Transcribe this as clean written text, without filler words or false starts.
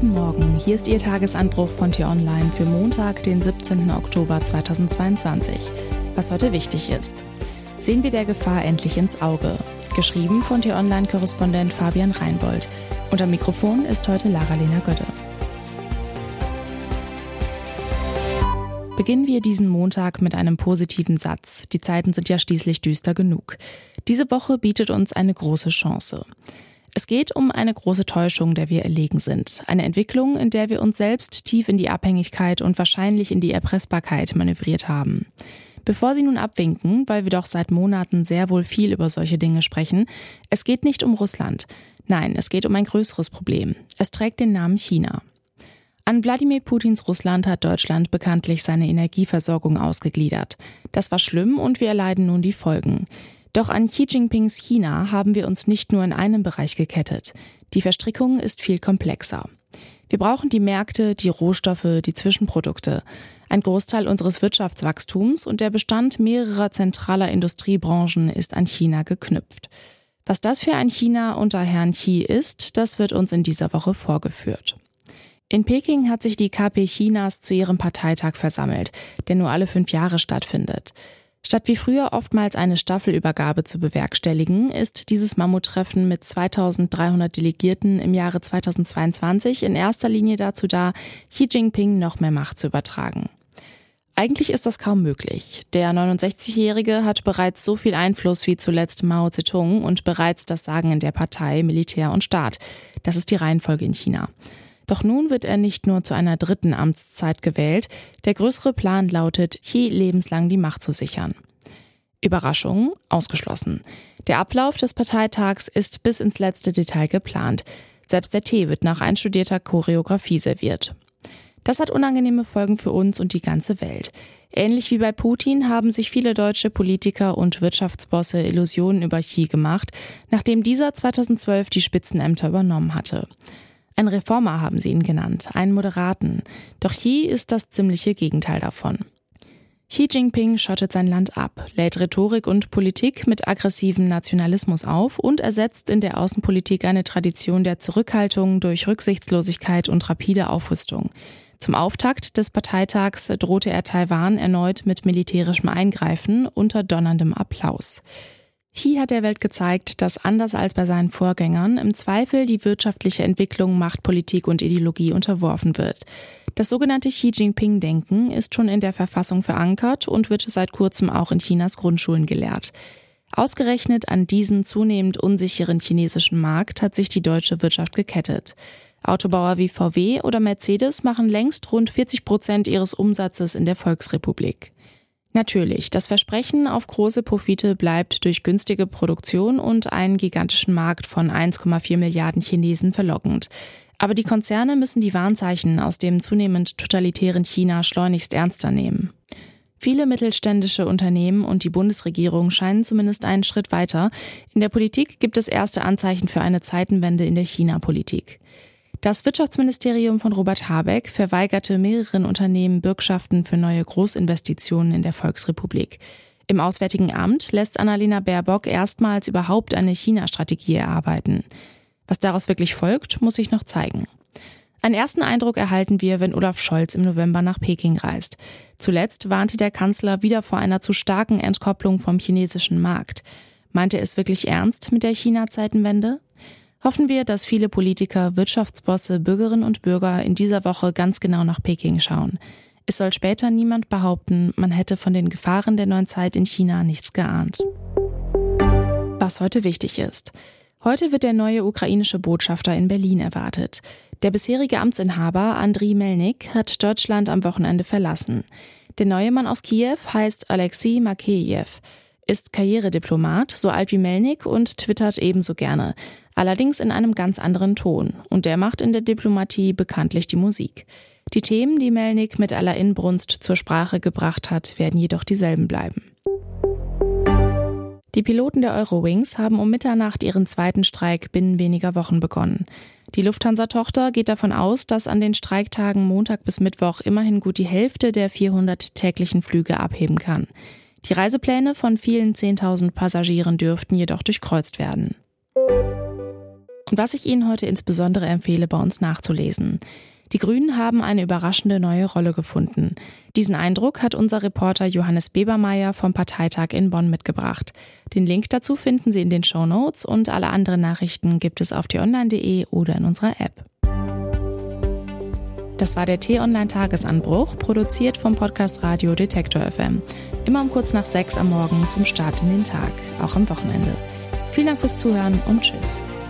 Guten Morgen, hier ist Ihr Tagesanbruch von T-Online für Montag, den 17. Oktober 2022. Was heute wichtig ist. Sehen wir der Gefahr endlich ins Auge. Geschrieben von T-Online-Korrespondent Fabian Reinbold. Und am Mikrofon ist heute Lara-Lena Götte. Beginnen wir diesen Montag mit einem positiven Satz. Die Zeiten sind ja schließlich düster genug. Diese Woche bietet uns eine große Chance. Es geht um eine große Täuschung, der wir erlegen sind. Eine Entwicklung, in der wir uns selbst tief in die Abhängigkeit und wahrscheinlich in die Erpressbarkeit manövriert haben. Bevor Sie nun abwinken, weil wir doch seit Monaten sehr wohl viel über solche Dinge sprechen, es geht nicht um Russland. Nein, es geht um ein größeres Problem. Es trägt den Namen China. An Wladimir Putins Russland hat Deutschland bekanntlich seine Energieversorgung ausgegliedert. Das war schlimm und wir erleiden nun die Folgen. Doch an Xi Jinpings China haben wir uns nicht nur in einem Bereich gekettet. Die Verstrickung ist viel komplexer. Wir brauchen die Märkte, die Rohstoffe, die Zwischenprodukte. Ein Großteil unseres Wirtschaftswachstums und der Bestand mehrerer zentraler Industriebranchen ist an China geknüpft. Was das für ein China unter Herrn Xi ist, das wird uns in dieser Woche vorgeführt. In Peking hat sich die KP Chinas zu ihrem Parteitag versammelt, der nur alle 5 Jahre stattfindet. Statt wie früher oftmals eine Staffelübergabe zu bewerkstelligen, ist dieses Mammuttreffen mit 2300 Delegierten im Jahre 2022 in erster Linie dazu da, Xi Jinping noch mehr Macht zu übertragen. Eigentlich ist das kaum möglich. Der 69-Jährige hat bereits so viel Einfluss wie zuletzt Mao Zedong und bereits das Sagen in der Partei, Militär und Staat. Das ist die Reihenfolge in China. Doch nun wird er nicht nur zu einer 3. Amtszeit gewählt, der größere Plan lautet, Xi lebenslang die Macht zu sichern. Überraschung? Ausgeschlossen. Der Ablauf des Parteitags ist bis ins letzte Detail geplant. Selbst der Tee wird nach einstudierter Choreografie serviert. Das hat unangenehme Folgen für uns und die ganze Welt. Ähnlich wie bei Putin haben sich viele deutsche Politiker und Wirtschaftsbosse Illusionen über Xi gemacht, nachdem dieser 2012 die Spitzenämter übernommen hatte. Ein Reformer haben sie ihn genannt, einen Moderaten. Doch Xi ist das ziemliche Gegenteil davon. Xi Jinping schottet sein Land ab, lädt Rhetorik und Politik mit aggressivem Nationalismus auf und ersetzt in der Außenpolitik eine Tradition der Zurückhaltung durch Rücksichtslosigkeit und rapide Aufrüstung. Zum Auftakt des Parteitags drohte er Taiwan erneut mit militärischem Eingreifen unter donnerndem Applaus. Xi hat der Welt gezeigt, dass anders als bei seinen Vorgängern im Zweifel die wirtschaftliche Entwicklung Machtpolitik und Ideologie unterworfen wird. Das sogenannte Xi Jinping-Denken ist schon in der Verfassung verankert und wird seit kurzem auch in Chinas Grundschulen gelehrt. Ausgerechnet an diesen zunehmend unsicheren chinesischen Markt hat sich die deutsche Wirtschaft gekettet. Autobauer wie VW oder Mercedes machen längst rund 40% ihres Umsatzes in der Volksrepublik. Natürlich, das Versprechen auf große Profite bleibt durch günstige Produktion und einen gigantischen Markt von 1,4 Milliarden Chinesen verlockend. Aber die Konzerne müssen die Warnzeichen aus dem zunehmend totalitären China schleunigst ernster nehmen. Viele mittelständische Unternehmen und die Bundesregierung scheinen zumindest einen Schritt weiter. In der Politik gibt es erste Anzeichen für eine Zeitenwende in der China-Politik. Das Wirtschaftsministerium von Robert Habeck verweigerte mehreren Unternehmen Bürgschaften für neue Großinvestitionen in der Volksrepublik. Im Auswärtigen Amt lässt Annalena Baerbock erstmals überhaupt eine China-Strategie erarbeiten. Was daraus wirklich folgt, muss sich noch zeigen. Einen ersten Eindruck erhalten wir, wenn Olaf Scholz im November nach Peking reist. Zuletzt warnte der Kanzler wieder vor einer zu starken Entkopplung vom chinesischen Markt. Meint er es wirklich ernst mit der China-Zeitenwende? Hoffen wir, dass viele Politiker, Wirtschaftsbosse, Bürgerinnen und Bürger in dieser Woche ganz genau nach Peking schauen. Es soll später niemand behaupten, man hätte von den Gefahren der neuen Zeit in China nichts geahnt. Was heute wichtig ist. Heute wird der neue ukrainische Botschafter in Berlin erwartet. Der bisherige Amtsinhaber Andriy Melnik hat Deutschland am Wochenende verlassen. Der neue Mann aus Kiew heißt Alexei Makeyev, ist Karrierediplomat, so alt wie Melnik und twittert ebenso gerne. Allerdings in einem ganz anderen Ton. Und der macht in der Diplomatie bekanntlich die Musik. Die Themen, die Melnik mit aller Inbrunst zur Sprache gebracht hat, werden jedoch dieselben bleiben. Die Piloten der Eurowings haben um Mitternacht ihren zweiten Streik binnen weniger Wochen begonnen. Die Lufthansa-Tochter geht davon aus, dass an den Streiktagen Montag bis Mittwoch immerhin gut die Hälfte der 400 täglichen Flüge abheben kann. Die Reisepläne von vielen 10.000 Passagieren dürften jedoch durchkreuzt werden. Und was ich Ihnen heute insbesondere empfehle, bei uns nachzulesen. Die Grünen haben eine überraschende neue Rolle gefunden. Diesen Eindruck hat unser Reporter Johannes Bebermeier vom Parteitag in Bonn mitgebracht. Den Link dazu finden Sie in den Shownotes und alle anderen Nachrichten gibt es auf t-online.de oder in unserer App. Das war der T-Online-Tagesanbruch, produziert vom Podcast Radio Detektor FM. Immer um kurz nach 6 am Morgen zum Start in den Tag, auch am Wochenende. Vielen Dank fürs Zuhören und tschüss.